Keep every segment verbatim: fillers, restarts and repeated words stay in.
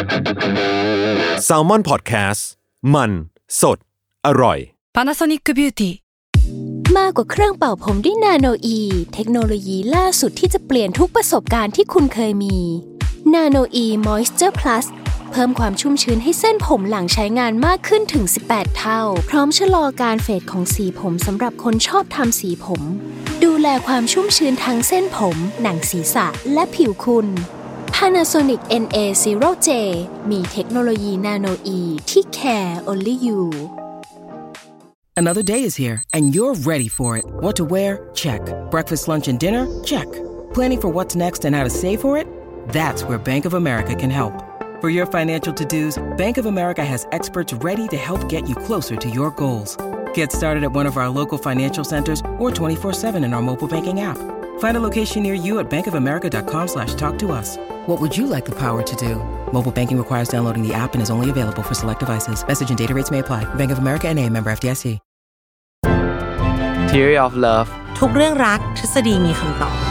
Salmon Podcast มันสดอร่อย Panasonic Beauty มากกว่าเครื่องเป่าผมด้วยนาโนอีเทคโนโลยีล่าสุดที่จะเปลี่ยนทุกประสบการณ์ที่คุณเคยมีนาโนอีมอยส์เจอร์พลัสเพิ่มความชุ่มชื้นให้เส้นผมหลังใช้งานมากขึ้นถึงสิบแปดเท่าพร้อมชะลอการเฟดของสีผมสำหรับคนชอบทำสีผมดูแลความชุ่มชื้นทั้งเส้นผมหนังศีรษะและผิวคุณ Panasonic เอ็น เอ ศูนย์ เจ มีเทคโนโลยีนาโนอีที่ care only you Another day is here, and you're ready for it. What to wear? Check. Breakfast, lunch, and dinner? Check. Planning for what's next and how to save for it? That's where Bank of America can help. For your financial to-dos, Bank of America has experts ready to help get you closer to your goals. Get started at one of our local financial centers or twenty-four seven in our mobile banking app. Find a location near you at bankofamerica.com slash talk to us. What would you like the power to do? Mobile banking requires downloading the app and is only available for select devices. Message and data rates may apply. Bank of America N A, member เอฟ ดี เอส ซี Theory of Love ทุกเรื่องรักทฤษฎีมีคำตอบ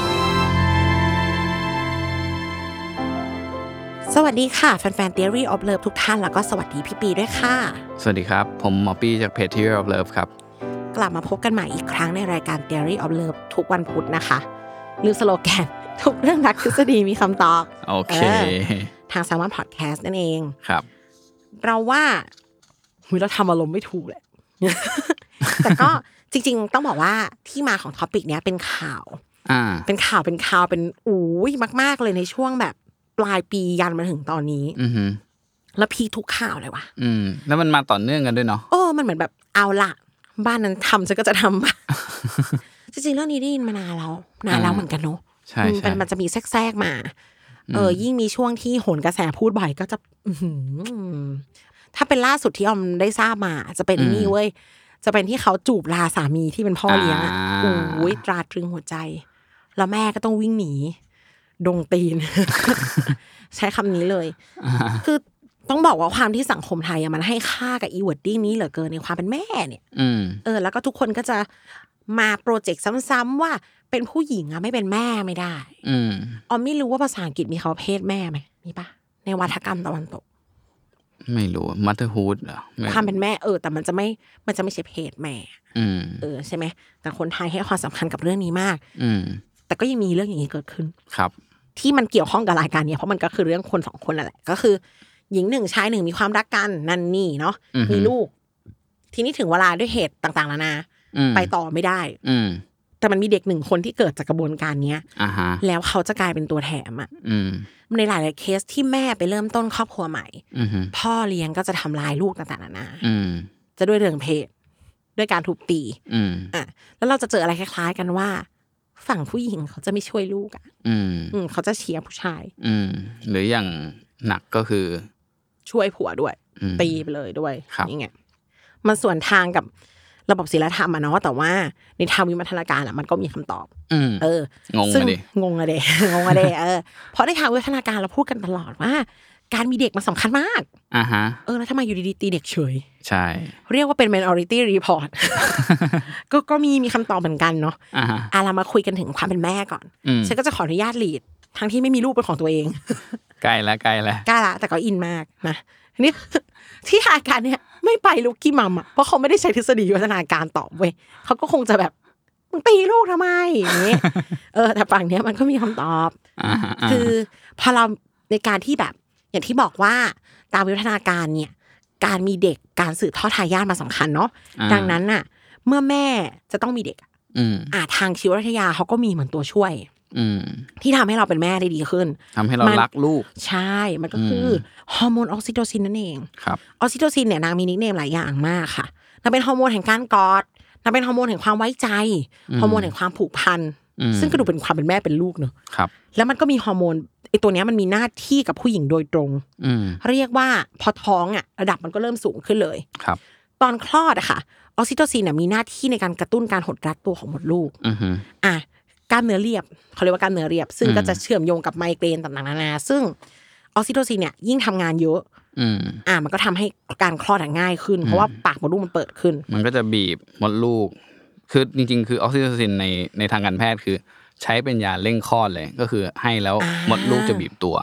สวัสดีค่ะแฟนๆ Theory of Love ทุกท่านแล้วก็สวัสดีพี่ปีด้วยค่ะสวัสดีครับผมหมอปี้จากเพจ Theory of Love ครับกลับมาพบกันใหม่อีกครั้งในรายการ Theory of Love ทุกวันพุธนะคะลืมสโลแกนทุกเรื่องรักทฤษฎีมีคำตอบโอเคทาง Salmon Podcast นั่นเองครับเราว่าเราทำอารมณ์ไม่ถูกแหละ แต่ก็จริงๆต้องบอกว่าที่มาของท็อปิกเนี้ยเป็นข่าวอ่าเป็นข่าวเป็นข่าวเป็นอู้ยมากๆเลยในช่วงแบบปลายปียันมาถึงตอนนี้อือฮึแล้วพีทุกข่าวเลยว่ะอืมแล้วมันมาต่อเนื่องกันด้วยเนาะโอ้มันเหมือนแบบเอาละบ้านนั้นทำฉันก็จะทำ จริงๆเรื่องนี้ได้ยินมานานแล้วนานแล้วเหมือนกันเนาะใช่ๆมันมันจะมีแทรกๆมาเออยิ่งมีช่วงที่โหนกระแสพูดบ่อยก็จะถ้าเป็นล่าสุดที่ออมได้ทราบมาจะเป็นนี่เว้ยจะเป็นที่เขาจูบลาสามีที่เป็นพ่อเลี้ยงอ่ะโอ้ยตราตรึงหัวใจแล้วแม่ก็ต้องวิ่งหนีดงตีน ใช้คำนี้เลยคือต้องบอกว่าความที่สังคมไทยมันให้ค่ากับอีวอร์ดดิ้งนี้เหลือเกินในความเป็นแม่เนี่ยเออแล้วก็ทุกคนก็จะมาโปรเจกต์ซ้ำๆว่าเป็นผู้หญิงอะไม่เป็นแม่ไม่ได้อืมออมไม่รู้ว่าภาษาอังกฤษมีคำว่าเพศแม่ไหมมีปะในวรรณกรรมตะวันตกไม่รู้ motherhood เหรอความเป็นแม่เออแต่มันจะไม่มันจะไม่ใช่เพศแม่เออใช่ไหมแต่คนไทยให้ความสำคัญกับเรื่องนี้มากแต่ก็ยังมีเรื่องอย่างนี้เกิดขึ้นครับที่มันเกี่ยวข้องกับรายการนี้เพราะมันก็คือเรื่องคนสองคนนั่นแหละก็คือหญิงหนึ่งชายหนึ่งมีความรักกันนั่นนี่เนาะมีลูกทีนี้ถึงเวลาด้วยเหตุต่างๆนานาไปต่อไม่ได้แต่มันมีเด็กหนึ่งคนที่เกิดจากกระบวนการเนี้ยแล้วเขาจะกลายเป็นตัวแถมอ่ะในหลายๆเคสที่แม่ไปเริ่มต้นครอบครัวใหม่พ่อเลี้ยงก็จะทำลายลูกต่างๆนานาจะด้วยเรื่องเพศด้วยการทุบตีอ่ะแล้วเราจะเจออะไรคล้ายๆกันว่าฝั่งผู้หญิงเขาจะไม่ช่วยลูกอ่ะเขาจะเชียร์ผู้ชายหรืออย่างหนักก็คือช่วยผัวด้วยตีไปเลยด้วยนี่ไงมันส่วนทางกับระบบศีลธรรมอะเนาะแต่ว่าในทางวิวัฒนาการอะมันก็มีคำตอบเอองงอะดิงงอะเดงงอะเดเออเพราะในทางวิวัฒนาการเราพูดกันตลอดว่าการมีเด็กมันสำคัญมากอ่าฮะเออแล้วทำไมอยู่ดีๆตีเด็กเฉยใช่เรียกว่าเป็น minority report ก็ก็มีมีคำตอบเหมือนกันเนาะอ่ะเรามาคุยกันถึงความเป็นแม่ก่อนฉันก็จะขออนุญาตลีดทั้งที่ไม่มีลูกเป็นของตัวเองใกล้แล้วใกล้แล้วใกล้ละแต่ก็อินมากนะนี่ที่รายการเนี่ยไม่ไปลูกกี้มัมอ่ะเพราะเขาไม่ได้ใช้ทฤษฎีวิวัฒนาการตอบเว้ยเขาก็คงจะแบบมึงตีลูกทำไมอย่างเงี้ยเออแต่ฝั่งเนี้ยมันก็มีคำตอบคือพอเราในการที่แบบอย่างที่บอกว่าตามวิวัฒนาการเนี่ยการมีเด็กการสืบทอดทายาทมาสำคัญเนาะดังนั้นน่ะเมื่อแม่จะต้องมีเด็กอ่าทางชีววิทยาเขาก็มีเหมือนตัวช่วยที่ทำให้เราเป็นแม่ได้ดีขึ้นทำให้เรารักลูกใช่มันก็คือฮอร์โมนออกซิโทซินนั่นเองครับออกซิโทซินเนี่ยนางมีนิคเนมหลายอย่างมากค่ะนางเป็นฮอร์โมนแห่งการกอดนางเป็นฮอร์โมนแห่งความไว้ใจฮอร์โมนแห่งความผูกพันซึ่งก็ดูเป็นความเป็นแม่เป็นลูกเนอะครับแล้วมันก็มีฮอร์โมนไอตัวเนี้ยมันมีหน้าที่กับผู้หญิงโดยตรงเรียกว่าพอท้องอ่ะระดับมันก็เริ่มสูงขึ้นเลยครับตอนคลอดอะค่ะออกซิโทซินเนี่ยมีหน้าที่ในการกระตุ้นการหดรัดตัวของมดลูกอ่ะกล้ามเนื้อเรียบเขาเรียกว่ากล้ามเนื้อเรียบซึ่งก็จะเชื่อมโยงกับไมเกรนต่างๆนานาซึ่งออกซิโทซินเนี่ยยิ่งทำงานเยอะอ่ามันก็ทำให้การคลอดง่ายขึ้นเพราะว่าปากมดลูกมันเปิดขึ้นมันก็จะบีบมดลูกคือจริงๆคือออกซิโทซินในในทางการแพทย์คือใช้เป็นยาเร่งคลอดเลยก็คือให้แล้วมดลูกจะบีบตัว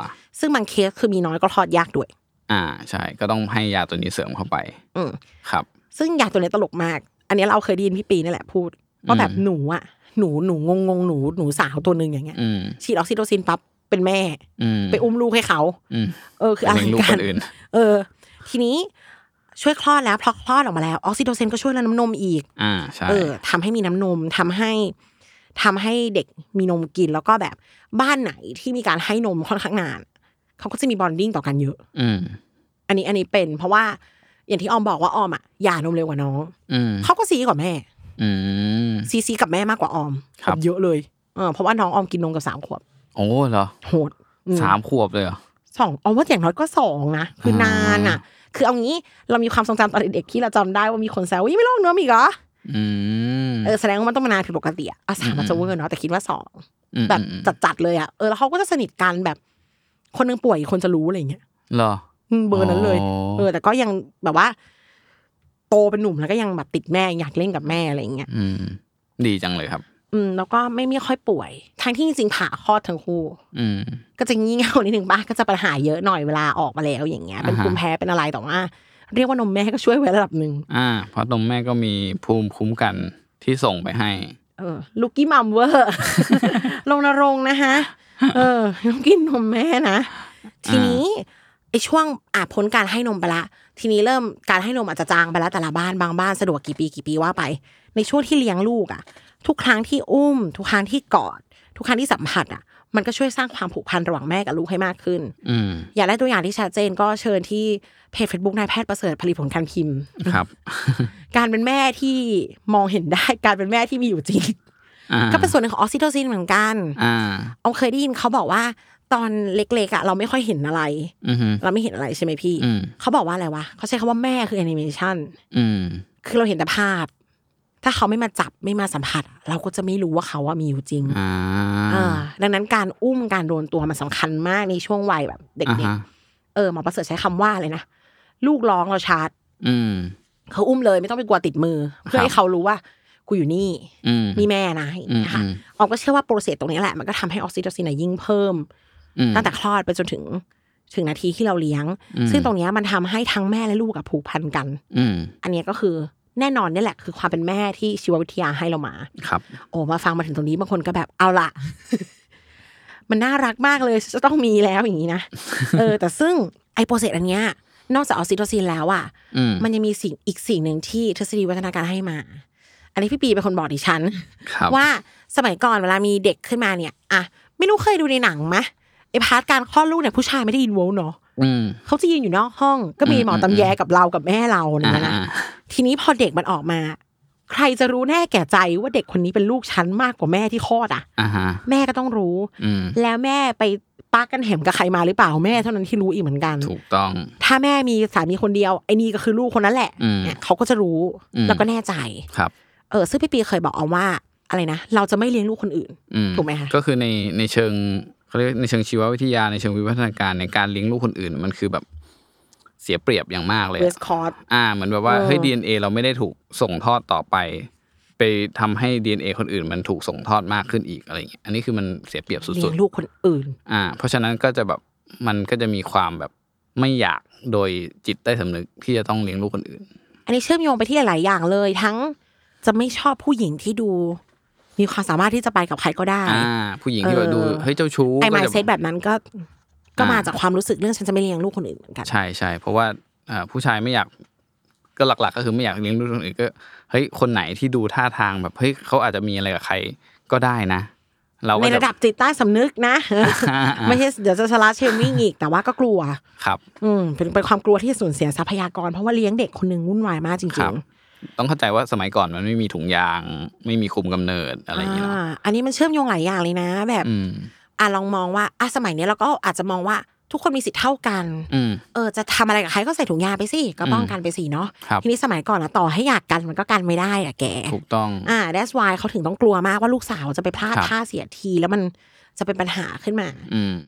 ซึ่งบางเคสคือมีน้อยก็คลอดยากด้วยอ่าใช่ก็ต้องให้ยาตัวนี้เสริมเข้าไปอืมครับซึ่งยาตัวนี้ตลกมากอันนี้เราเคยได้ยินพี่ปีนี่แหละพูดว่าแบบหนูอ่ะหนูหนูงงงหนูหนูสาวตัวนึงอย่างเงี้ยฉีดออกซิโทซินปั๊บเป็นแม่ไปอุ้มลูกให้เขาเออคืออะไรกันเออทีนี้ช่วยคลอดแล้วพอคลอดออกมาแล้วออกซิโทซินก็ช่วยเรื่องน้ำนมอีกอ่าใช่เออทำให้มีน้ำนมทำให้ทำให้เด็กมีนมกินแล้วก็แบบบ้านไหนที่มีการให้นมค่อนข้างนานเขาก็จะมีบอนดิ้งต่อกันเยอะอืมอันนี้อันนี้เป็นเพราะว่าอย่างที่ออมบอกว่าออมอ่ะหย่านมเร็วกว่าน้องเขาก็ซีกว่าแม่ซีซีกับแม่มากกว่าออมเยอะเลยเออเพราะว่าน้องออมกินนมกับสามขวบโอ้เหรอโหดสามขวบเลยเหรอสองออมว่าอย่างน้อยก็สองนะคือนานอ่ะคือเอางี้เรามีความทรงจำตอนเด็กๆที่เราจำได้ว่ามีคนแซวว่าไม่ลองเนื้ออีกเหรอเออแสดงว่ามันต้องมานานผิดปกติอ่ะอ่ะสามมันจะเวอร์เนาะแต่คิดว่าสองแบบจัดๆเลยอ่ะเออแล้วเขาก็จะสนิทกันแบบคนนึงป่วยอีกคนจะรู้อะไรอย่างเงี้ยเหรอเบอร์นั้นเลยเออแต่ก็ยังแบบว่าโตเป็นหนุ่มแล้วก็ยังแบบติดแม่อยากเล่นกับแม่อะไรอย่างเงี้ยอืมดีจังเลยครับอืมแล้วก็ไม่ไม่ค่อยป่วยทั้งที่จริงๆผ่าคลอดทั้งคู่อืมก็จะงี่เง่านิดนึงป่ะก็จะปัญหาเยอะหน่อยเวลาออกมาแล้วอย่างเงี้ยเป็นภูมิแพ้เป็นอะไรแต่ว่าเรียกว่านมแม่ก็ช่วยไว้ระดับนึงอ่าเพราะนมแม่ก็มีภูมิคุ้มกันที่ส่งไปให้เออลูกกี้มัมเวอร์ลงนรงค์นะคะเออต้องกินนมแม่นะทีนี้ไอ้ช่วงอ่ะพ้นการให้นมไปละทีนี้เริ่มการให้นมอาจจะจางไปแล้วแต่ละบ้านบางบ้านสะดวกกี่ปีกี่ปีว่าไปในช่วงที่เลี้ยงลูกอ่ะทุกครั้งที่อุ้มทุกครั้งที่กอดทุกครั้งที่สัมผัสอ่ะมันก็ช่วยสร้างความผูกพันระหว่างแม่กับลูกให้มากขึ้นอยากได้ตัวอย่างที่ชัดเจนก็เชิญที่เพจ Facebook นายแพทย์ประเสริฐผลิตผลการพิมพ์ครับการเป็นแม่ที่มองเห็นได้การเป็นแม่ที่มีอยู่จริงก็เป็นส่วนหนึ่งของออกซิโทซินเหมือนกันเอาเคยได้ยินเขาบอกว่าตอนเล็กๆอ่ะเราไม่ค่อยเห็นอะไรเราไม่เห็นอะไรใช่ไหมพี่เขาบอกว่าอะไรวะเขาใช้คำว่าแม่คือแอนิเมชันคือเราเห็นแต่ภาพถ้าเขาไม่มาจับไม่มาสัมผัสเราก็จะไม่รู้ว่าเขาว่ามีอยู่จริงอ่าดังนั้นการอุ้มการโดนตัวมันสำคัญมากในช่วงวัยแบบเด็กๆเออหมอประเสริฐใช้คำว่าเลยนะลูกร้องเราชาร์จเขาอุ้มเลยไม่ต้องไปกลัวติดมือเพื่อให้เขารู้ว่ากูอยู่นี่นี่แม่นะนะคะออมก็เชื่อว่าโปรเซสตรงนี้แหละมันก็ทำให้ออกซิโทซินยิ่งเพิ่มตั้งแต่คลอดไปจนถึงถึงนาทีที่เราเลี้ยงซึ่งตรงนี้มันทำให้ทั้งแม่และลูกผูกพันกันอันนี้ก็คือแน่นอนนี่แหละคือความเป็นแม่ที่ชีววิทยาให้เรามาครับโอ้มาฟังมาถึงตรงนี้บางคนก็แบบเอาละ มันน่ารักมากเลยจะต้องมีแล้วอย่างนี้นะ เออแต่ซึ่งไอโปรเซสอันเนี้ยนอกจากออกซิโทซินแล้วอ่ะมันยังมีสิ่งอีกสิ่งหนึ่งที่ทฤษฎีวัฒนาการให้มาอันนี้พี่ปีเป็นคนบอกดิฉันว่าสมัยก่อนเวลามีเด็กขึ้นมาเนี่ยอ่ะไม่รู้เคยดูในหนังไหมไอพาร์ทการคลอดลูกเนี่ยผู้ชายไม่ได้ยินโว้เนาะเขาจะยืนอยู่นอกห้องก็มีหมอตำแยกับเรากับแม่เราเนี่ยนะทีนี้พอเด็กมันออกมาใครจะรู้แน่แก่ใจว่าเด็กคนนี้เป็นลูกฉันมากกว่าแม่ที่คลอดอ่ะแม่ก็ต้องรู้แล้วแม่ไปปากันแหมกับใครมาหรือเปล่าแม่เท่านั้นที่รู้อีกเหมือนกันถูกต้องถ้าแม่มีสามีคนเดียวไอ้นี่ก็คือลูกคนนั้นแหละเนี่ยเขาก็จะรู้แล้วก็แน่ใจครับเออซึ่งพี่ปีเคยบอกเอาว่าอะไรนะเราจะไม่เลี้ยงลูกคนอื่นถูกไหมคะก็คือในในเชิงเขาเรียกในเชิงชีววิทยาในเชิงวิวัฒนาการในการเลี้ยงลูกคนอื่นมันคือแบบเสียเปรียบอย่างมากเลยอ่าเหมือนแบบว่าเฮ้ย ดี เอ็น เอ เราไม่ได้ถูกส่งทอดต่อไปไปทำให้ ดี เอ็น เอ คนอื่นมันถูกส่งทอดมากขึ้นอีกอะไรอย่างเงี้ยอันนี้คือมันเสียเปรียบสุดๆเลี้ยงลูกคนอื่นอ่าเพราะฉะนั้นก็จะแบบมันก็จะมีความแบบไม่อยากโดยจิตใต้สำนึกที่จะต้องเลี้ยงลูกคนอื่นอันนี้เชื่อมโยงไปที่หลายๆอย่างเลยทั้งจะไม่ชอบผู้หญิงที่ดูมีความสามารถที่จะไปกับใครก็ได้อ่าผู้หญิงที่แบบดูเฮ้ยเจ้าชู้ไอ้ mindset แบบนั้นก็ก็มาจากความรู้สึกเรื่องฉันจะไม่เลี้ยงลูกคนอื่นเหมือนกันใช่ๆเพราะว่าอ่าผู้ชายไม่อยากก็หลักๆก็คือไม่อยากเลี้ยงลูกคนอื่นก็เฮ้ยคนไหนที่ดูท่าทางแบบเฮ้ยเขาอาจจะมีอะไรกับใครก็ได้นะเราในระดับจิตใต้สำนึกนะไม่ใช่เดี๋ยวจะสลัดเชมมิ่งอีกแต่ว่าก็กลัวครับอืมเป็นเป็นความกลัวที่สูญเสียทรัพยากรเพราะว่าเลี้ยงเด็กคนนึงวุ่นวายมากจริงๆต้องเข้าใจว่าสมัยก่อนมันไม่มีถุงยางไม่มีคุมกำเนิดอะไรอย่างเงี้ยอันนี้มันเชื่อมโยงหลายอย่างเลยนะแบบอ่ะลองมองว่าอ่ะสมัยนี้เราก็อาจจะมองว่าทุกคนมีสิทธิ์เท่ากันเออจะทำอะไรกับใครก็ใส่ถุงยางไปสิก็ป้องกันไปสิเนาะทีนี้สมัยก่อนนะต่อให้อยากกันมันก็กันไม่ได้อะแกถูกต้องอ่า that's why เขาถึงต้องกลัวมากว่าลูกสาวจะไปพลาดท่าเสียทีแล้วมันจะเป็นปัญหาขึ้นมาอืม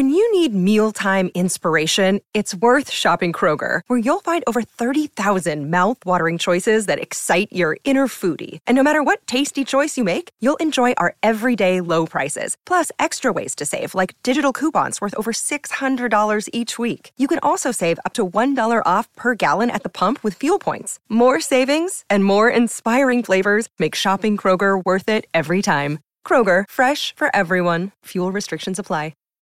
When you need mealtime inspiration, it's worth shopping Kroger, where you'll find over thirty thousand mouth-watering choices that excite your inner foodie. And no matter what tasty choice you make, you'll enjoy our everyday low prices, plus extra ways to save, like digital coupons worth over six hundred dollars each week. You can also save up to one dollar off per gallon at the pump with fuel points. More savings and more inspiring flavors make shopping Kroger worth it every time. Kroger, fresh for everyone. Fuel restrictions apply.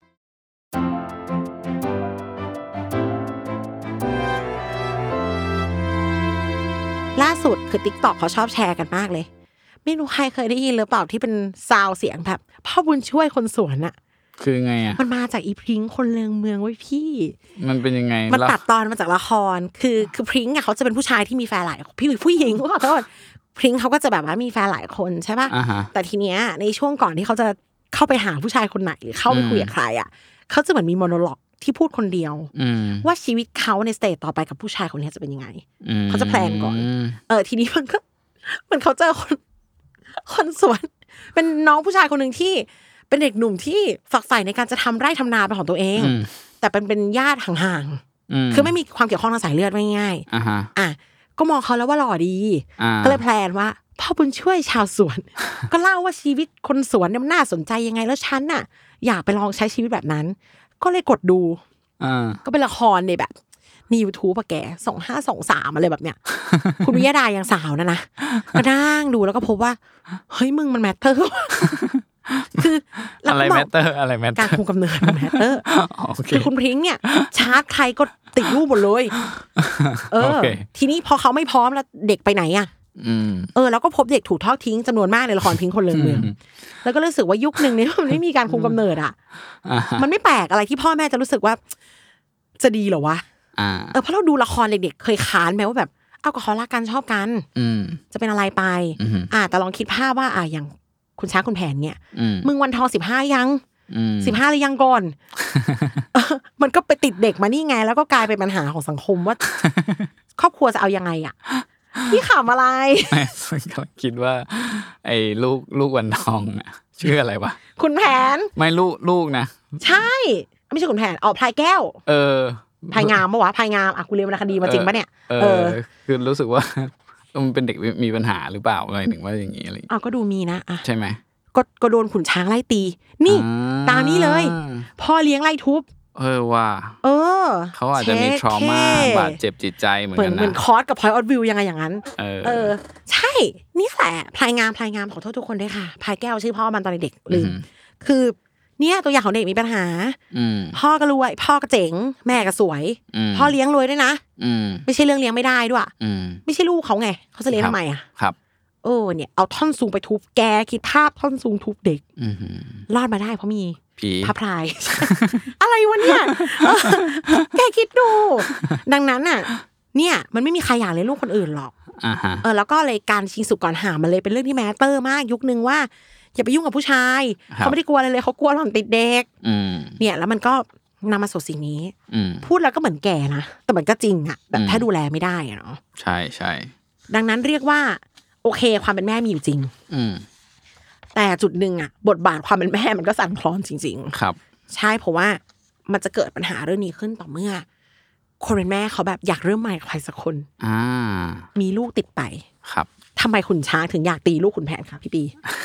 ล่าสุดคือ TikTok เขาชอบแชร์กันมากเลยไม่รู้ใครเคยได้ยินหรือเปล่าที่เป็นซาวเสียงแบบพ่อบุญช่วยคนสวนอะคือไงอะมันมาจากอีพริ้งคนเลืองเมืองไว้พี่มันเป็นยังไงมันตัดตอนมาจากละครคือคือพริ้งอะเขาจะเป็นผู้ชายที่มีแฟนหลายพี่ผู้หญิงขอโทษพริ้งเขาก็จะแบบว่ามีแฟนหลายคนใช่ป่ะแต่ทีเนี้ยในช่วงก่อนที่เขาจะเข้าไปหาผู้ชายคนไหนหรือเข้าไปคุยกับใครอะเขาจะเหมือนมีโมโนโลกที่พูดคนเดียวว่าชีวิตเขาในสเตจต่อไปกับผู้ชายคนนี้จะเป็นยังไงเขาจะแพลนก่อนเออทีนี้มันก็เหมือนเขาเจอคนคนสวนเป็นน้องผู้ชายคนหนึ่งที่เป็นเด็กหนุ่มที่ฝักใฝ่ในการจะทำไร่ทำนาเป็นของตัวเองแต่เป็นเป็นญาติห่างๆคือไม่มีความเกี่ยวข้องทางสายเลือดง่ายๆอ่ะก็มองเขาแล้วว่าหล่อดีก็เลยแพลนว่าพ่อบุญช่วยชาวสวนก็เล่าว่าชีวิตคนสวนเนี่ยน่าสนใจยังไงแล้วฉันน่ะอยากไปลองใช้ชีวิตแบบนั้นก็เลยกดดูก็เป็นละครในแบบใน YouTube ป่ะแกสองห้าสองสามอะไรแบบเนี้ยคุณวิยดายังสาวนะนะก็นั่งดูแล้วก็พบว่าเฮ้ยมึงมันแมทเตอร์คืออะไรแมทเตอร์อะไรแมทเตอร์การคุมกำเนิดแมทเตอร์คือคุณพริ้งเนี่ยชาร์จใครก็ติดรูปหมดเลยเออทีนี้พอเขาไม่พร้อมแล้วเด็กไปไหนอ่ะเออแล้วก็พบเด็กถูกทอดทิ้งจำนวนมากในละครพิงค์คนเลืองเมืองแล้วก็รู้สึกว่ายุคนึงเนี่ยมันไม่มีการคุมกำเนิดอ่ะมันไม่แปลกอะไรที่พ่อแม่จะรู้สึกว่าจะดีเหรอวะเออเพราะเราดูละครเด็กๆเคยค้านไหมว่าแบบเอาก็เขารักกันชอบกันจะเป็นอะไรไปอ่าแต่ลองคิดภาพว่าอ่าอย่างคุณช้างคุณแผนเนี่ยมึงวันทองสิบห้ายังสิบห้าหรือยังก่อนมันก็ไปติดเด็กมานี่ไงแล้วก็กลายเป็นปัญหาของสังคมว่าครอบครัวจะเอายังไงอ่ะพี่ขำอะไรไม่ก็คิดว่าไอ้ลูกลูกวันทองอ่ะชื่ออะไรวะคุณแผนไม่ลูกลูกนะใช่ไม่ใช่คุณแผนอ๋อพลายแก้วเออพลายงามปะวะพลายงามอ่ะกูเรียนวรรณคดีมาจริงปะเนี่ยเออคือรู้สึกว่ามันเป็นเด็กมีปัญหาหรือเปล่าอะไรถึงว่าอย่างงี้อะไรอ้าวก็ดูมีนะอ่ะใช่ไหมก็ก็โดนขุนช้างไล่ตีนี่ตามนี้เลยพ่อเลี้ยงไล่ทุบเออว่าเออเขาอาจจะมีทรมาบาดเจ็บจิตใจเหมือนกันนะเหมือนคอร์สกับ point of view ยังไงอย่างนั้นเออเออใช่นี่แหละพลายงามพลายงามขอโทษทุกคนด้วยค่ะพลายแก้วชื่อพ่อมันตอนเด็กลืมคือเนี่ยตัวอย่างของเด็กมีปัญหาพ่อก็รวยพ่อก็เจ๋งแม่ก็สวยพ่อเลี้ยงรวยด้วยนะไม่ใช่เรื่องเลี้ยงไม่ได้ด้วยไม่ใช่ลูกเขาไงเขาจะเลี้ยงทำไมอ่ะครับเออเนี่ยเอาท่อนสูงไปทุบแกคิดภาพท่อนสูงทุบเด็กรอดมาได้เพราะมีพระพรายอะไรวะเนี่ยแกคิดดูดังนั้นน่ะเนี่ยมันไม่มีใครอยากเลี้ยงลูกคนอื่นหรอกเออแล้วก็เลยการชิงสุกก่อนหามันเลยเป็นเรื่องที่แมตเตอร์มากยุคนึงว่าอย่าไปยุ่งกับผู้ชายเขาไม่ได้กลัวอะไรเลยเขากลัวหล่อนติดเด็กเนี่ยแล้วมันก็นำมาสู่สิ่งนี้พูดแล้วก็เหมือนแก่นะแต่มันก็จริงอะแบบถ้าดูแลไม่ได้อะเนาะใช่ใช่ดังนั้นเรียกว่าโอเคความเป็นแม่มีอยู่จริงแต่จุดหนึ่งอะบทบาทความเป็นแม่มันก็สั่นคลอนจริงๆครับใช่เพราะว่ามันจะเกิดปัญหาเรื่องนี้ขึ้นต่อเมื่อคนเป็นแม่เขาแบบอยากเริ่มใหม่กับใครสักคนมีลูกติดไปครับทำไมขุนช้างถึงอยากตีลูกขุนแผนคะพี่ปี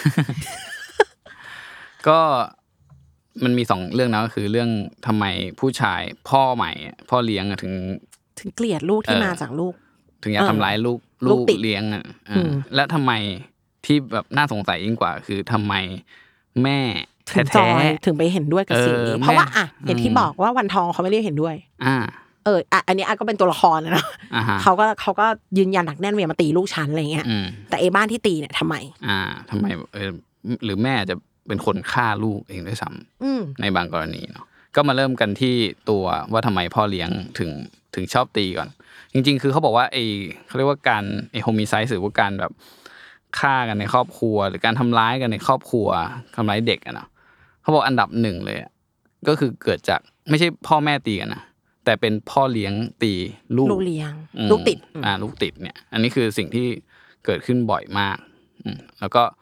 ก็มันมีสองเรื่องนะก็คือเรื่องทำไมผู้ชายพ่อใหม่พ่อเลี้ยงถึงถึงเกลียดลูกที่มาจากลูกถึงอยากทำร้ายลูกลูกเลี้ยงอ่ะและทำไมที่แบบน่าสงสัยยิ่งกว่าคือทำไมแม่แท้ๆถึงไปเห็นด้วยกับสิ่งนี้เพราะว่าอ่ะอย่างที่บอกว่าวันทองเขาไม่ได้เห็นด้วยอ่าเอออ่ะอันนี้อ่ะก็เป็นตัวละครนะเขาก็เขาก็ยืนยันหนักแน่นว่ามาตีลูกฉันอะไรเงี้ยแต่ไอ้บ้านที่ตีเนี่ยทำไมอ่าทำไมเออหรือแม่จะเป็นคนฆ่าลูกเองด้วยซ้ำในบางกรณีเนาะก็มาเริ่มกันที่ตัวว่าทำไมพ่อเลี้ยงถึงถึงชอบตีก่อนจริงๆคือเขาบอกว่าไอ้เขาเรียกว่าการไอ้โฮมิไซด์หรือว่าการแบบฆ่ากันในครอบครัวหรือการทำร้ายกันในครอบครัวทำร้ายเด็กอะเนาะเขาบอกอันดับหนึ่งเลยก็คือเกิดจากไม่ใช่พ่อแม่ตีกันนะแต่เป็นพ่อเลี้ยงตีลูกลูกเลี้ยงลูกติดอ่าลูกติดเนี่ยอันนี้คือสิ่งที่เกิดขึ้นบ่อยมากแล้วก็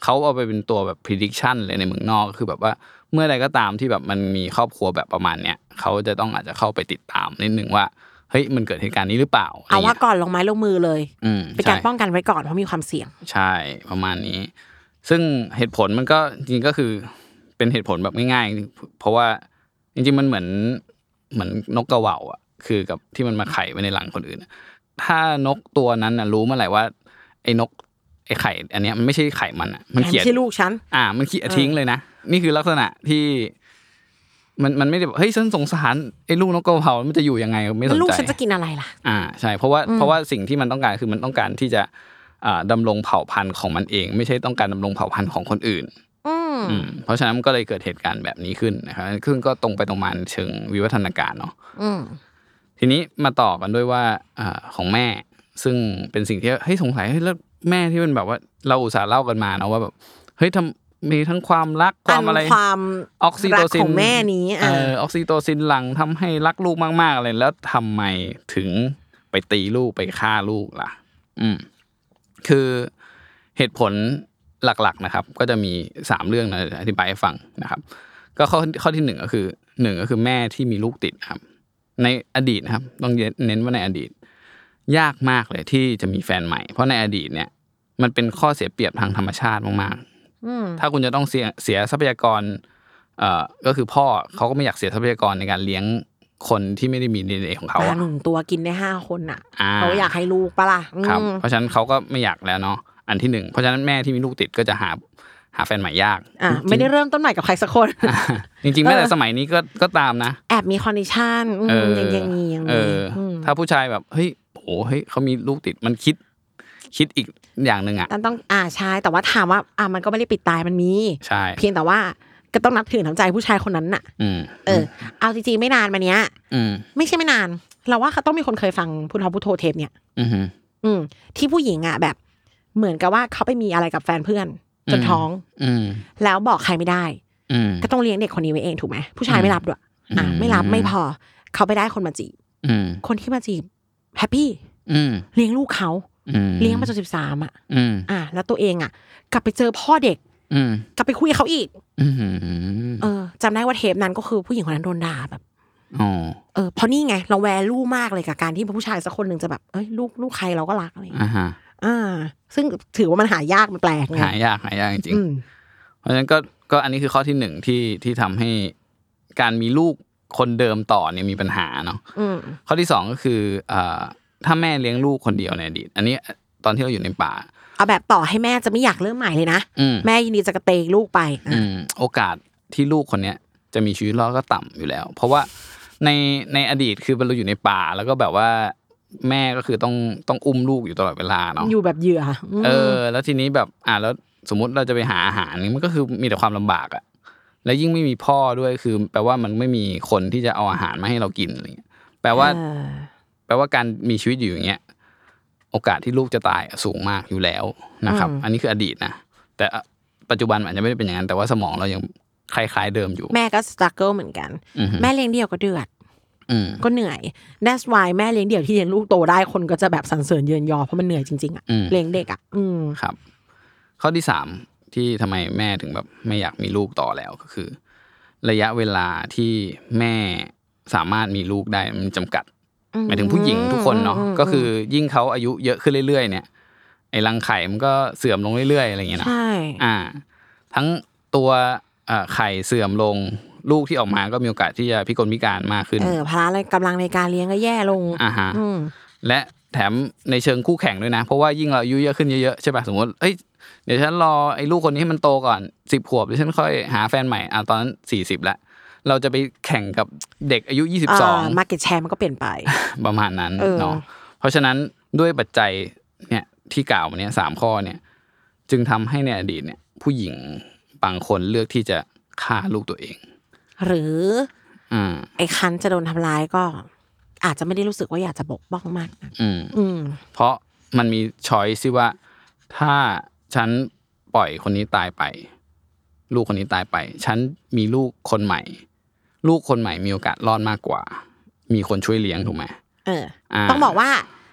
เขาเอาไปเป็นตัวแบบ prediction เลยในเมืองนอกคือแบบว่าเมื่อใดก็ตามที่แบบมันมีครอบครัวแบบประมาณเนี้ยเขาจะต้องอาจจะเข้าไปติดตามนิดนึงว่าเฮ้ยมันเกิดเหตุการณ์นี้หรือเปล่าเอาว่าก่อนลงไม้ลงมือเลยเป็นการป้องกันไว้ก่อนเพราะมีความเสี่ยงใช่ประมาณนี้ซึ่งเหตุผลมันก็จริงๆก็คือเป็นเหตุผลแบบง่ายๆเพราะว่าจริงๆมันเหมือนเหมือนนกกระเหว่าอ่ะคือกับที่มันมาไข่ไว้ในรังคนอื่นถ้านกตัวนั้นน่ะรู้เมื่อไหร่ว่าไอ้นกไอ้ไข่อันเนี้ยมันไม่ใช่ไข่มันอ่ะมันเขียนไม่ใช่ลูกฉันอ่ามันเขียนทิ้งเลยนะนี่คือลักษณะที่มันมันไม่ได้แบบเฮ้ยฉันสงสารไอ้ลูกนกกระเหว่ามันจะอยู่ยังไงไม่สนใจลูกฉันจะกินอะไรล่ะอ่าใช่เพราะว่าเพราะว่าสิ่งที่มันต้องการคือมันต้องการที่จะอ่าดำรงเผ่าพันธุ์ของมันเองไม่ใช่ต้องการดำรงเผ่าพันธุ์ของคนอื่นอืมเพราะฉะนั้นมันก็เลยเกิดเหตุการณ์แบบนี้ขึ้นนะครับซึ่งก็ตรงไปตรงมาเชิงวิวัฒนาการเนาะทีนี้มาต่อกันด้วยว่าอ่าของแม่ซึ่งเป็นสิ่งที่เฮ้ยสงสัยเฮ้ยแล้วแม่ที่มันแบบว่าเราอุตส่าห์เล่ากันมาเนาะว่าแบบเฮ้ยทำมีทั้งความรักความอะไรความออกซิโตซินของแม่นี้เออออกซิโตซินหลั่งทำให้รักลูกมากๆอะไรแล้วทำไมถึงไปตีลูกไปฆ่าลูกล่ะอืมคือเหตุผลหลักๆนะครับก็จะมีสามเรื่องนะอธิบายให้ฟังนะครับก็ข้อข้อที่หนึ่งก็คือหนึ่งก็คือแม่ที่มีลูกติดครับในอดีตนะครับต้องเน้นว่าในอดีตยากมากเลยที่จะมีแฟนใหม่เพราะในอดีตเนี่ยมันเป็นข้อเสียเปรียบทางธรรมชาติมากๆถ้าคุณจะต้องเสียเสียทรัพยากรเอ่อก็คือพ่อเขาก็ไม่อยากเสียทรัพยากรในการเลี้ยงคนที่ไม่ได้มี ดี เอ็น เอ ของเขาอ่ะหนึ่งตัวกินได้ห้าคนอ่ะเขาอยากให้ลูกปะล่ะครับเพราะฉะนั้นเขาก็ไม่อยากแล้วเนาะอันที่หนึ่งเพราะฉะนั้นแม่ที่มีลูกติดก็จะหาหาแฟนใหม่ยากอ่ะไม่ได้เริ่มต้นใหม่กับใครสักคนจริงๆแม้แต่สมัยนี้ก็ก็ตามนะแอบมีคอนดิชั่นยังยังมียังมีถ้าผู้ชายแบบเฮ้ยโหเฮ้ยเขามีลูกติดมันคิดคิดอีกอย่างนึงอ่ะต้องอ่าใช่แต่ว่าถามว่าอ่ะมันก็ไม่ได้ปิดตายมันมีใช่เพียงแต่ว่าก็ต้องนับถือน้ำใจผู้ชายคนนั้นน่ะเออเอาจริงๆไม่นานมาเนี้ยไม่ใช่ไม่นานเราว่าเขาต้องมีคนเคยฟังพุทธพุทโธเทปเนี่ยอืมที่ผู้หญิงอ่ะแบบเหมือนกับว่าเขาไปมีอะไรกับแฟนเพื่อนจนท้องแล้วบอกใครไม่ได้ก็ต้องเลี้ยงเด็กคนนี้ไว้เองถูกไหมผู้ชายไม่รับด้วยอ่ะไม่รับไม่พอเขาไปได้คนมาจีบคนที่มาจีบแฮปปี้เลี้ยงลูกเขาเลี้ยงมาจนสิบสามอ่ะอ่ะแล้วตัวเองอ่ะกลับไปเจอพ่อเด็กกลับไปคุยกับเขาอีกเออจำได้ว่าเทปนั้นก็คือผู้หญิงคนนั้นโดนด่าแบบเออเพราะนี่ไงเราแวลูมากเลยกับการที่ผู้ชายสักคนหนึ่งจะแบบเอ้ยลูกลูกใครเราก็รักอะไรอย่างเงี้ยอ่าซึ่งถือว่ามันหายากมันแปลกไงหายากหายากจริงๆเพราะฉะนั้นก็ก็อันนี้คือข้อที่หนึ่งที่ที่ทำให้การมีลูกคนเดิมต่อเนี่ยมีปัญหาเนาะข้อที่สองก็คืออ่าถ้าแม่เลี้ยงลูกคนเดียวในอดีตอันนี้ตอนที่เราอยู่ในป่าเอาแบบต่อให้แม่จะไม่อยากเริ่มใหม่เลยนะแม่ยินดีจะกระเตงลูกไปโอกาสที่ลูกคนเนี้ยจะมีชีวิตรอดก็ต่ำอยู่แล้วเพราะว่าในในอดีตคือเราอยู่ในป่าแล้วก็แบบว่าแม่ก็คือต้องต้องอุ้มลูกอยู่ตลอดเวลาเนาะอยู่แบบเหยื่อเออแล้วทีนี้แบบอ่ะแล้วสมมุติเราจะไปหาอาหารนี่มันก็คือมีแต่ความลำบากอ่ะแล้วยิ่งไม่มีพ่อด้วยคือแปลว่ามันไม่มีคนที่จะเอาอาหารมาให้เรากินอะไรเงี้ยแปลว่าแปลว่าการมีชีวิตอยู่อย่างเงี้ยโอกาสที่ลูกจะตายสูงมากอยู่แล้วนะครับอันนี้คืออดีตนะแต่ปัจจุบันอาจจะไม่ได้เป็นอย่างนั้นแต่ว่าสมองเรายังคล้ายๆเดิมอยู่แม่ก็สตรักเกิลเหมือนกันแม่เลี้ยงเดี่ยวก็เดือดก็เหนื่อย that's why แม่เลี้ยงเดี่ยวที่เลี้ยงลูกโตได้คนก็จะแบบสรรเสริญเยินยอเพราะมันเหนื่อยจริงๆอ่ะเลี้ยงเด็กอ่ะครับข้อที่สามที่ทำไมแม่ถึงแบบไม่อยากมีลูกต่อแล้วก็คือระยะเวลาที่แม่สามารถมีลูกได้มันจำกัดหมายถึงผู้หญิงทุกคนเนาะก็คือยิ่งเขาอายุเยอะขึ้นเรื่อยๆเนี่ยไอ้รังไข่มันก็เสื่อมลงเรื่อยๆอะไรอย่างเงี้ยนะใช่อ่าทั้งตัวไข่เสื่อมลงลูกที่ออกมาก็มีโอกาสที่จะพิกลพิการมากขึ้นเออพละกำลังในการเลี้ยงก็แย่ลงอ่าฮะและแถมในเชิงคู่แข่งด้วยนะเพราะว่ายิ่งเราอายุเยอะขึ้นเยอะๆใช่ป่ะสมมติเอ้ยเดี๋ยวฉันรอไอ้ลูกคนนี้ให้มันโตก่อนสิบขวบเดี๋ยวฉันค่อยหาแฟนใหม่อ่ะตอนนั้นสี่สิบแล้วเราจะไปแข่งกับเด็กอายุยี่สิบสองอ่า market share มันก็เปลี่ยนไปประมาณนั้นเนาะเพราะฉะนั้นด้วยปัจจัยเนี่ยที่กล่าวมาเนี่ยสามข้อเนี่ยจึงทำให้ในอดีตเนี่ยผู้หญิงบางคนเลือกที่จะฆ่าลูกตัวเองหรือไอ้คันจะโดนทำร้ายก็อาจจะไม่ได้รู้สึกว่าอยากจะปกป้องมากนะเพราะมันมีช้อยส์ที่ว่าถ้าฉันปล่อยคนนี้ตายไปลูกคนนี้ตายไปฉันมีลูกคนใหม่ลูกคนใหม่มีโอกาสรอดมากกว่ามีคนช่วยเลี้ยงถูกไหมเออต้องบอกว่า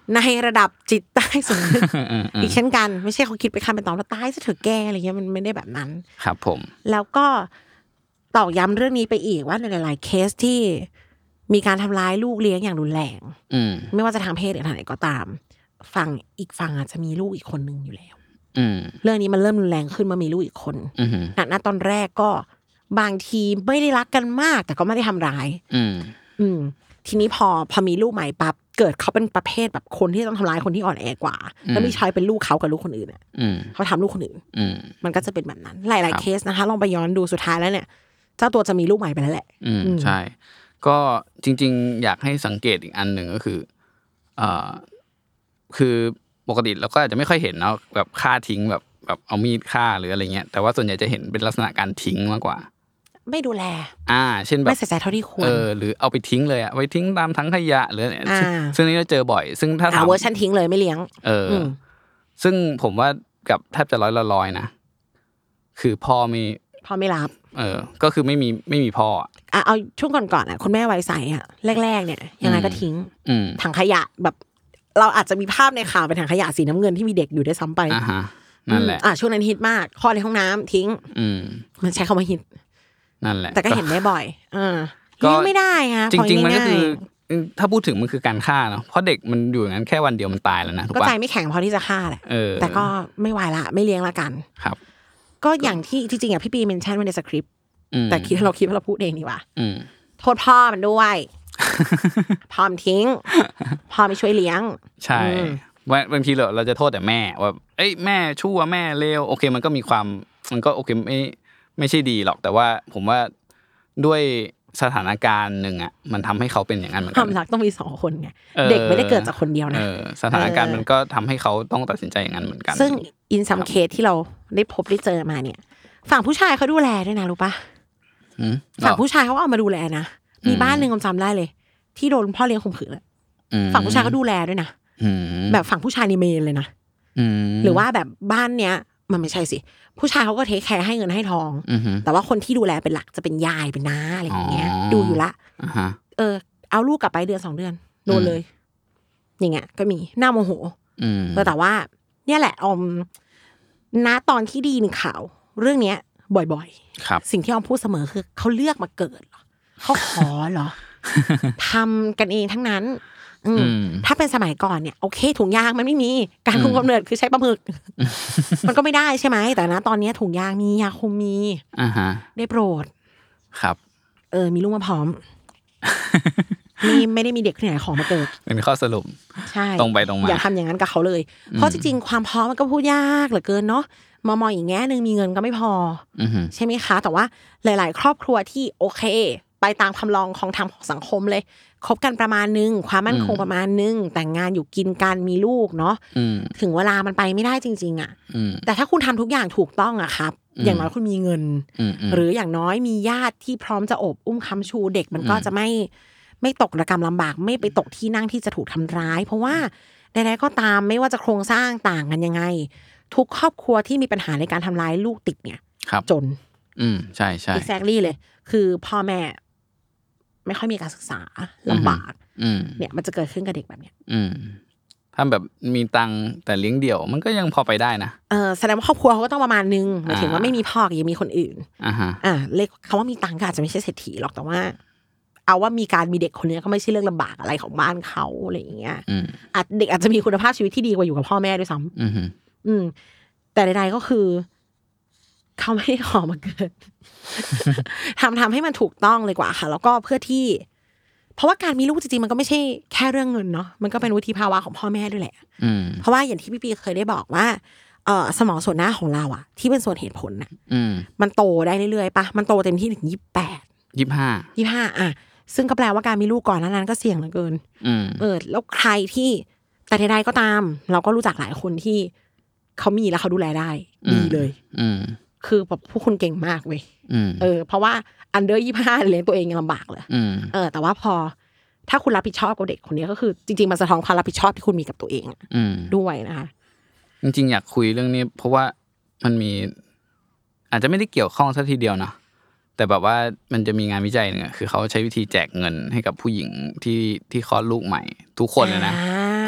ในระดับจิตใต้สำนึกอีกเช่นกันไม่ใช่เขาคิดไปคำเป็นตอนว่าตายซะเถอะแกอะไรเงี้ยมันไม่ได้แบบนั้นครับผมแล้วก็ตอกย้ำเรื่องนี้ไปอีกว่าในหลายๆเคสที่มีการทำร้ายลูกเลี้ยงอย่างรุนแรงไม่ว่าจะทางเพศหรือทางไหนก็ตามฝั่งอีกฝั่งอาจจะมีลูกอีกคนนึงอยู่แล้วเรื่องนี้มันเริ่มรุนแรงขึ้นมามีลูกอีกคนณตอนแรกก็บางทีไม่ได้รักกันมากแต่ก็ไม่ได้ทำร้ายอืมทีนี้พอพอมีลูกใหม่ปั๊บเกิดเขาเป็นประเภทแบบคนที่ต้องทำร้ายคนที่อ่อนแอกว่าแล้วมีช้อยเป็นลูกเขากับลูกคนอื่นอ่ะเขาทำลูกคนอื่นมันก็จะเป็นแบบนั้นหลายๆเคสนะคะลองไปย้อนดูสุดท้ายแล้วเนี่ยเจ้าตัวจะมีลูกใหม่ไปแล้วแหละอืมใช่ก็จริงๆอยากให้สังเกตอีกอันหนึ่งก็คือเอ่อคือปกติเราก็อาจจะไม่ค่อยเห็นเนาะแบบฆ่าทิ้งแบบแบบเอามีดฆ่าหรืออะไรเงี้ยแต่ว่าส่วนใหญ่จะเห็นเป็นลักษณะการทิ้งมากกว่าไม่ดูแลอ่าเช่นแบบไม่ใส่ใจเท่าที่ควรเออหรือเอาไปทิ้งเลยอะไว้ทิ้งตามถังขยะหรืออะไรซึ่งนี่เราเจอบ่อยซึ่งถ้าถามเวอร์ชันทิ้งเลยไม่เลี้ยงเออซึ่งผมว่ากับแทบจะร้อยละร้อยนะคือพ่อมีพ่อไม่รับเออก็คือไม่มีไม่มีพ่ออ่ะเอาช่วงก่อนๆอ่ะคุณแม่ไว้ใสอ่ะแรกๆเนี่ยยังไงก็ทิ้งถังขยะแบบเราอาจจะมีภาพในข่าวเป็นถังขยะสีน้ำเงินที่มีเด็กอยู่ด้วยซ้ำไปอ่าฮะนั่นแหละอ่ะช่วงนั้นฮิตมากข้อในห้องน้ำทิ้งมันใช้คำว่าฮิตนั่นแหละแต่ก็เห็นได้บ่อยอ่าก็ไม่ได้ค่ะจริงๆมันก็คือถ้าพูดถึงมันคือการฆ่าเนาะเพราะเด็กมันอยู่อย่างนั้นแค่วันเดียวมันตายแล้วนะก็ใจไม่แข็งพอที่จะฆ่าแหละแต่ก็ไม่ไหวละไม่เลี้ยงละกันครับก็อย่างที่จริงๆอ่ะพี่ปีเมนชั่นไว้ในสคริปต์แต่คิดเราคิดว่าเราพูดเองดีกว่าโทษพ่อมันด้วยพ่อมันทิ้งพ่อไม่ช่วยเลี้ยงใช่บางทีเราเราจะโทษแต่แม่ว่าเอ้ยแม่ชั่วแม่เลวโอเคมันก็มีความมันก็โอเคไม่ไม่ใช่ดีหรอกแต่ว่าผมว่าด้วยสถานการณ์หนึ่งอ่ะมันทำให้เขาเป็นอย่างนั้นเหมือนกันความรักต้องมีสองคนไงเด็กไม่ได้เกิดจากคนเดียวนะสถานการณ์มันก็ทำให้เขาต้องตัดสินใจอย่างนั้นเหมือนกันซึ่งอินซัมเคสที่เราได้พบได้เจอมาเนี่ยฝั่งผู้ชายเขาดูแลด้วยนะรู้ปะฝั่งผู้ชายเขาเอามาดูแลนะมีบ้านหนึ่งผมจำได้เลยที่โดนพ่อเลี้ยงข่มขืนฝั่งผู้ชายก็ดูแลด้วยนะแบบฝั่งผู้ชายในเมนเลยนะหรือว่าแบบบ้านเนี้ยมันไม่ใช่สิผู้ชายเขาก็เทคแคร์ให้เงินให้ทองแต่ว่าคนที่ดูแลเป็นหลักจะเป็นยายเป็นน้าอะไรอย่างเงี้ยดูอยู่ละเออเอาลูกกลับไปเดือนสองเดือนโดนเลยอย่างเงี้ยก็มีหน้าโมโหแต่ว่าเนี่ยแหละออมณตอนที่ดีในข่าวเรื่องเนี้ยบ่อยๆสิ่งที่ออมพูดเสมอคือเขาเลือกมาเกิดเขาขอเหรอทำกันเองทั้งนั้นถ้าเป็นสมัยก่อนเนี่ยโอเคถุงยางมันไม่มีการคุมกำเนิดคือใช้ปลาหมึกมันก็ไม่ได้ใช่ไหมแต่นะตอนนี้ถุงยางมียาคุมมีได้โปรดครับเออมีลูกมาพร้อมนี่ไม่ได้มีเด็กที่ไหนของมาเกิดเป็นข้อสรุปใช่ตรงไปตรงมาอย่าทำอย่างนั้นกับเขาเลยเพราะจริงๆความพร้อมมันก็พูดยากเหลือเกินเนาะมอมออีกแง่นึงมีเงินก็ไม่พอใช่ไหมคะแต่ว่าหลายๆครอบครัวที่โอเคไปตามคำลองของทางสังคมเลยคบกันประมาณนึงความมั่นคงประมาณนึงแต่งงานอยู่กินกันมีลูกเนาะถึงเวลามันไปไม่ได้จริงๆอ่ะแต่ถ้าคุณทำทุกอย่างถูกต้องอะครับอย่างน้อยคุณมีเงินหรืออย่างน้อยมีญาติที่พร้อมจะโอบอุ้มค้ำชูเด็กมันก็จะไม่ไม่ตกระกำลำบากไม่ไปตกที่นั่งที่จะถูกทำร้ายเพราะว่าใดๆก็ตามไม่ว่าจะโครงสร้างต่างกันยังไงทุกครอบครัวที่มีปัญหาในการทำร้ายลูกติดเนี่ยจนอืมใช่ใช่ exactly เลยคือพ่อแม่ไม่ค่อยมีการศึกษาลำบากเนี่ยมันจะเกิดขึ้นกับเด็กแบบเนี้ยถ้าแบบมีตังแต่เลี้ยงเดี่ยวมันก็ยังพอไปได้นะเออแสดงว่าครอบครัวเขาก็ต้องประมาณนึงหมายถึงว่าไม่มีพ่อยังมีคนอื่นอ่าฮะอ่าเลขคำว่ามีตังก็อาจจะไม่ใช่เศรษฐีหรอกแต่ว่าเอาว่ามีการมีเด็กคนนี้ก็ไม่ใช่เรื่องลำบากอะไรของบ้านเขาอะไรอย่างเงี้ยอาจเด็กอาจจะมีคุณภาพชีวิตที่ดีกว่าอยู่กับพ่อแม่ด้วยซ้ำอืมแต่ใดๆก็คือเขาไม่ได้ขอมาเกิดทำทำให้มันถูกต้องเลยกว่าค่ะแล้วก็เพื่อที่เพราะว่าการมีลูกจริงๆมันก็ไม่ใช่แค่เรื่องเงินเนาะมันก็เป็นวุฒิภาวะของพ่อแม่ด้วยแหละเพราะว่าอย่างที่พี่ปีเคยได้บอกว่าเออสมองส่วนหน้าของเราอะที่เป็นส่วนเหตุผลน่ะมันโตได้เรื่อยๆปะมันโตเต็มที่ถึงยี่สิบแปดยี่สิบห้ายี่สิบห้าอ่ะซึ่งก็แปลว่าการมีลูกก่อนนั้นก็เสี่ยงเหลือเกินเออแล้วใครที่แต่ใดๆก็ตามเราก็รู้จักหลายคนที่เขามีแล้วเขาดูแลได้ดีเลยคือแบบพวกคุณเก่งมากเว้ยเออเพราะว่าอันเดอร์ยี่สิบห้าเลี้ยงตัวเองยังลำบากเลยเออแต่ว่าพอถ้าคุณรับผิดชอบกับเด็กคนนี้ก็คือจริงๆมันสะท้อนความรับผิดชอบที่คุณมีกับตัวเองด้วยนะคะจริงๆอยากคุยเรื่องนี้เพราะว่ามันมีอาจจะไม่ได้เกี่ยวข้องซะทีเดียวนะแต่แบบว่ามันจะมีงานวิจัยนึงคือเขาใช้วิธีแจกเงินให้กับผู้หญิงที่ที่คลอดลูกใหม่ทุกคนเลยนะ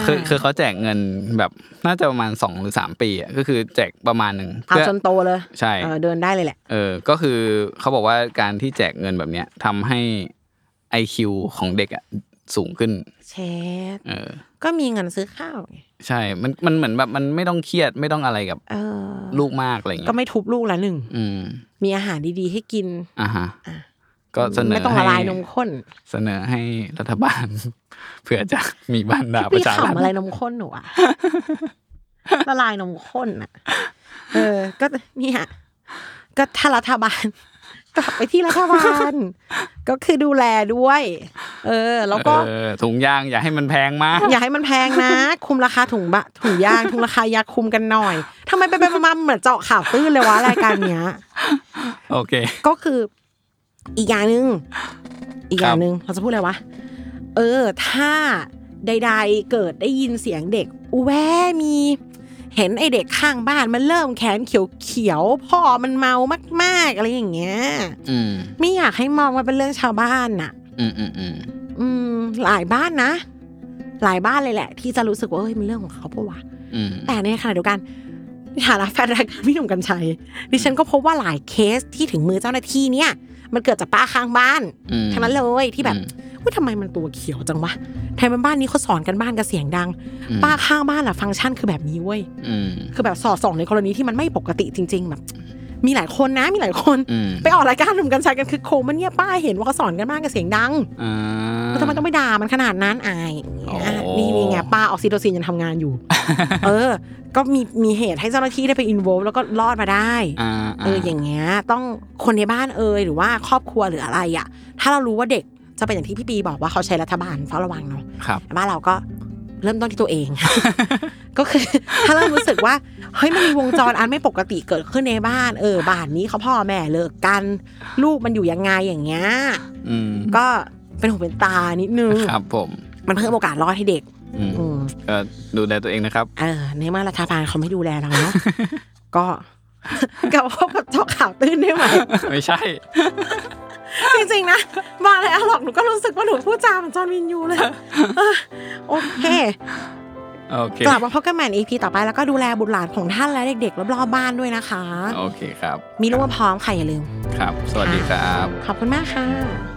คือคือเขาแจกเงินแบบน่าจะประมาณสองหรือสามปีอ่ะก็คือแจกประมาณนึงเอาจนโตเลยใช่เออเดินได้เลยแหละเออก็คือเขาบอกว่าการที่แจกเงินแบบเนี้ยทำให้ ไอ คิว ของเด็กอ่ะสูงขึ้นเชดเออก็มีเงินซื้อข้าวไงใช่มันมันเหมือนแบบมันไม่ต้องเครียดไม่ต้องอะไรกับเออลูกมากอะไรอย่างเงี้ยก็ไม่ทุบลูกละหนึ่งอืมมีอาหารดีๆให้กินอ่าฮะก็เสนอไม่ต้องละลายนมข้นเสนอให้รัฐบาลเผื่อจะมีบ้านดาประชารัฐพี่ขำอะไรนมข้นหนูอะละลายนมข้นอะเออก็เนี่ยก็ถ้ารัฐบาลกลับไปที่รัฐบาลก็คือดูแลด้วยเออแล้วก็ถุงยางอย่าให้มันแพงมากอย่าให้มันแพงนะคุมราคาถุงบะถุงยางถุงราคายาคุมกันหน่อยทำไมไปไปมาเหมือนเจาะข่าวตื้นเลยวะรายการเนี้ยโอเคก็คืออีกอย่างนึงอีกอย่างนึงเราจะพูดอะไรวะเออถ้าใดๆเกิดได้ยินเสียงเด็กอูแวมีเห็นไอเด็กข้างบ้านมันเริ่มแขนเขียวๆพ่อมันเมามากๆอะไรอย่างเงี้ยอืมไม่อยากให้มองว่าเป็นเรื่องชาวบ้านน่ะอืมอืมอืมอืมหลายบ้านนะหลายบ้านเลยแหละที่จะรู้สึกว่าเอ้ยมันเรื่องของเขาปะวะแต่ในขณะเดียวกันในฐานะแฟนรายการพี่หนุ่มกัญชัยดิฉันก็พบว่าหลายเคสที่ถึงมือเจ้าหน้าที่เนี่ยมันเกิดจากป้าข้างบ้านทั้งนั้นเลยที่แบบว่าทำไมมันตัวเขียวจังวะแถมบ้านนี้เขาสอนกันบ้านกับเสียงดังป้าข้างบ้านอะฟังก์ชันคือแบบนี้เว้ยคือแบบสอดส่องในกรณีที่มันไม่ปกติจริงๆแบบมีหลายคนนะมีหลายคนไปออกรายการหนุ่มกัญชัยกันคือโคมันเนี่ยป้าเห็นว่าเขาสอนกันบ้านกับเสียงดังแล้วทำไมต้องไปด่ามันขนาดนั้นอายนี่นี่ไงป้าออกซิโตซินยังทำงานอยู่เออก็มีมีเหตุให้เจ้าหน้าที่ได้ไปอินโวลว์แล้วก็รอดมาได้เอออย่างเงี้ยต้องคนในบ้านเอ่ยหรือว่าครอบครัวหรืออะไรอ่ะถ้าเรารู้ว่าเด็กจะเป็นอย่างที่พี่ปีบอกว่าเขาใช้รัฐบาลเฝ้าระวังเนาะบ้านเราก็เริ่มต้นที่ตัวเอง ก็คือถ้าเรารู้สึกว่าเฮ้ยมันมีวงจรอันไม่ปกติเกิดขึ้นในบ้านเออบ้านนี้เขาพ่อแม่เลิกกันลูกมันอยู่ยังไงอย่างเงี้ยก็เป็นหูเป็นตานิดนึงครับผมมันเพิ่มโอกาสรอดให้เด็กก็ดูแลตัวเองนะครับเออในเมื่อรัฐบาลเขาไม่ดูแลเราเนาะก็กลับมากับเจาะข่าวตื้นได้ไหมไม่ใช่จริงๆนะมาเลยอะหรอกหนูก็รู้สึกว่าหนูพูดจาเหมือนจอห์นวินยูเลยโอเคโอเคกลับมาพบกันใหม่ใน อี พี ต่อไปแล้วก็ดูแลบุตรหลานของท่านและเด็กๆรอบๆบ้านด้วยนะคะโอเคครับมีลูกพร้อมค่ะอย่าลืมครับสวัสดีครับขอบคุณมากค่ะ